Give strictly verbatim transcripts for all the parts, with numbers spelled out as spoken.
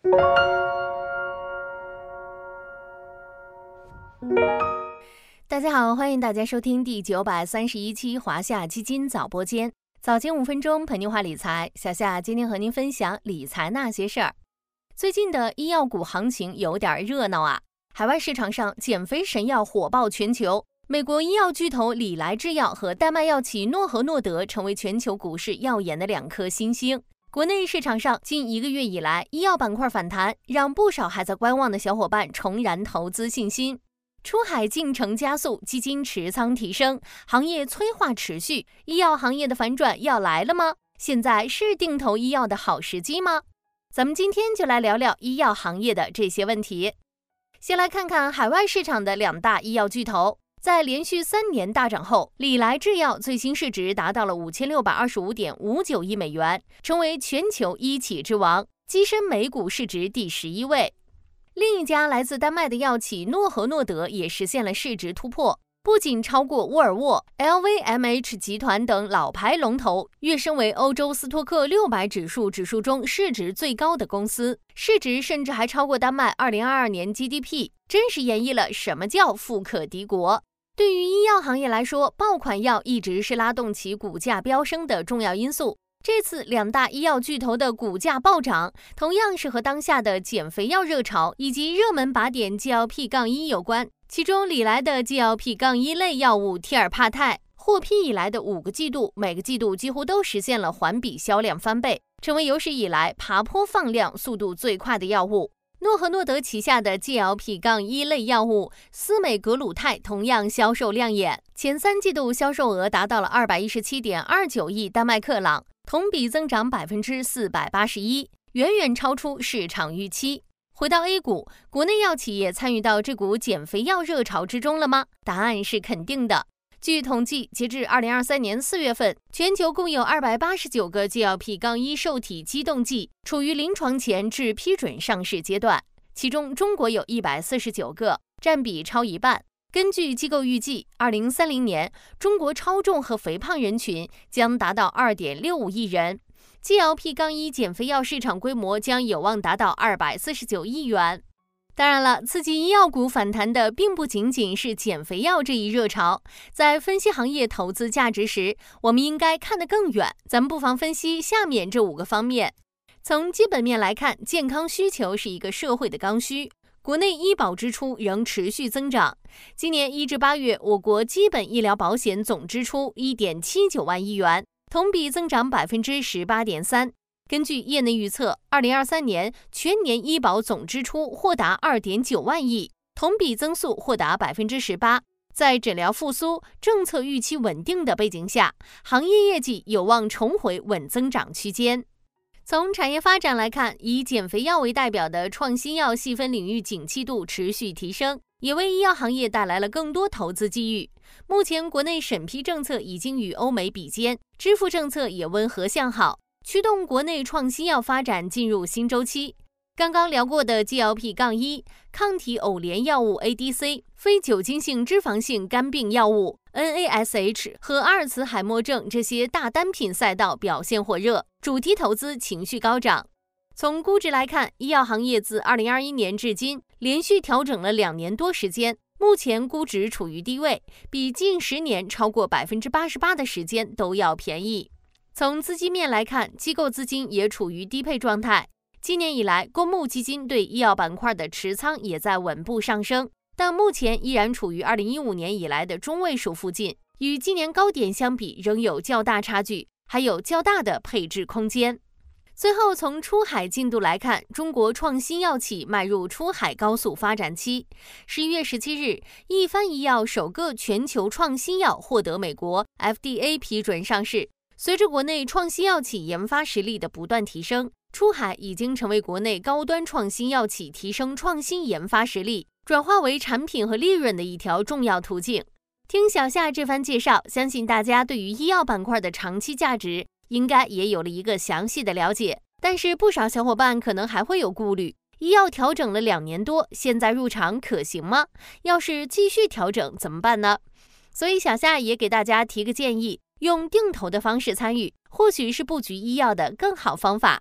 大家好，欢迎大家收听第九百三十一期华夏基金早播间，早间五分钟陪您话理财。小夏今天和您分享理财那些事儿。最近的医药股行情有点热闹啊，海外市场上减肥神药火爆全球，美国医药巨头礼来制药和丹麦药企诺和诺德成为全球股市耀眼的两颗新星。国内市场上近一个月以来，医药板块反弹，让不少还在观望的小伙伴重燃投资信心。出海进程加速，基金持仓提升，行业催化持续，医药行业的反转要来了吗？现在是定投医药的好时机吗？咱们今天就来聊聊医药行业的这些问题。先来看看海外市场的两大医药巨头，在连续三年大涨后，礼来制药最新市值达到了五千六百二十五点五九亿美元，成为全球医企之王，跻身美股市值第十一位。另一家来自丹麦的药企诺和诺德也实现了市值突破，不仅超过沃尔沃、L V M H 集团等老牌龙头，跃升为欧洲斯托克六百指数指数中市值最高的公司，市值甚至还超过丹麦二零二二年 G D P， 真是演绎了什么叫富可敌国。对于医药行业来说，爆款药一直是拉动其股价飙升的重要因素。这次两大医药巨头的股价暴涨，同样是和当下的减肥药热潮以及热门靶点 G L P 一 有关。其中礼来的 G L P 一 类药物替尔帕泰，获批以来的五个季度，每个季度几乎都实现了环比销量翻倍，成为有史以来爬坡放量速度最快的药物。诺和诺德旗下的 G L P 一 类药物司美格鲁肽同样销售亮眼，前三季度销售额达到了 二百一十七点二九亿丹麦克朗，同比增长 百分之四百八十一， 远远超出市场预期。回到 A 股，国内药企也参与到这股减肥药热潮之中了吗？答案是肯定的。据统计，截至二零二三年四月份，全球共有二百八十九个 G L P 一 受体激动剂处于临床前至批准上市阶段，其中中国有一百四十九个，占比超一半。根据机构预计，二零三零年中国超重和肥胖人群将达到 二点六五亿人， G L P 一 减肥药市场规模将有望达到二百四十九亿元。当然了，刺激医药股反弹的并不仅仅是减肥药这一热潮，在分析行业投资价值时，我们应该看得更远，咱们不妨分析下面这五个方面。从基本面来看，健康需求是一个社会的刚需，国内医保支出仍持续增长。今年一至八月，我国基本医疗保险总支出 一点七九万亿元，同比增长 百分之十八点三。根据业内预测，二零二三年全年医保总支出或达 二点九万亿，同比增速或达 百分之十八。在诊疗复苏、政策预期稳定的背景下，行业业绩有望重回稳增长区间。从产业发展来看，以减肥药为代表的创新药细分领域景气度持续提升，也为医药行业带来了更多投资机遇。目前国内审批政策已经与欧美比肩，支付政策也温和向好，驱动国内创新药发展进入新周期。刚刚聊过的 G L P 一 抗体偶联药物 A D C、 非酒精性脂肪性肝病药物 N A S H 和阿尔茨海默症这些大单品赛道表现火热，主题投资情绪高涨。从估值来看，医药行业自二零二一年至今连续调整了两年多时间，目前估值处于低位，比近十年超过 百分之八十八 的时间都要便宜。从资金面来看，机构资金也处于低配状态。今年以来，公募基金对医药板块的持仓也在稳步上升，但目前依然处于二零一五年以来的中位数附近，与今年高点相比仍有较大差距，还有较大的配置空间。最后，从出海进度来看，中国创新药企迈入出海高速发展期。十一月十七日，一帆医药首个全球创新药获得美国 F D A 批准上市。随着国内创新药企研发实力的不断提升，出海已经成为国内高端创新药企提升创新研发实力、转化为产品和利润的一条重要途径。听小夏这番介绍，相信大家对于医药板块的长期价值应该也有了一个详细的了解。但是不少小伙伴可能还会有顾虑，医药调整了两年多，现在入场可行吗？要是继续调整怎么办呢？所以小夏也给大家提个建议，用定投的方式参与，或许是布局医药的更好方法。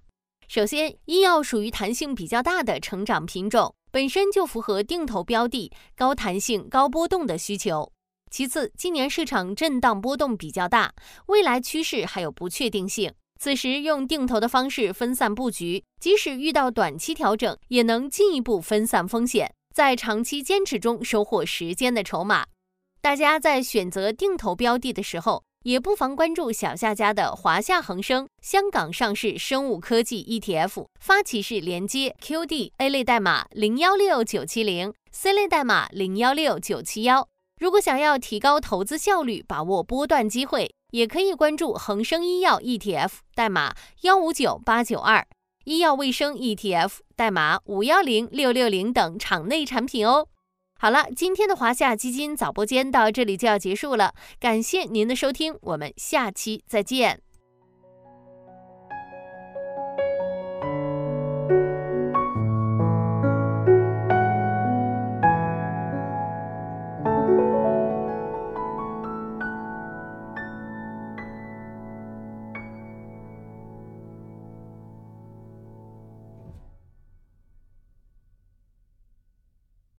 首先，医药属于弹性比较大的成长品种，本身就符合定投标的高弹性、高波动的需求。其次，今年市场震荡波动比较大，未来趋势还有不确定性。此时用定投的方式分散布局，即使遇到短期调整，也能进一步分散风险，在长期坚持中收获时间的筹码。大家在选择定投标的的时候，也不妨关注小夏家的华夏恒生香港上市生物科技 E T F， 发起式连接 Q D A 类代码零一六九七零 ，C 类代码零一六九七一。如果想要提高投资效率，把握波段机会，也可以关注恒生医药 E T F 代码一五九八九二、医药卫生 E T F 代码五一零六六零等场内产品哦。好了，今天的华夏基金早播间到这里就要结束了，感谢您的收听，我们下期再见。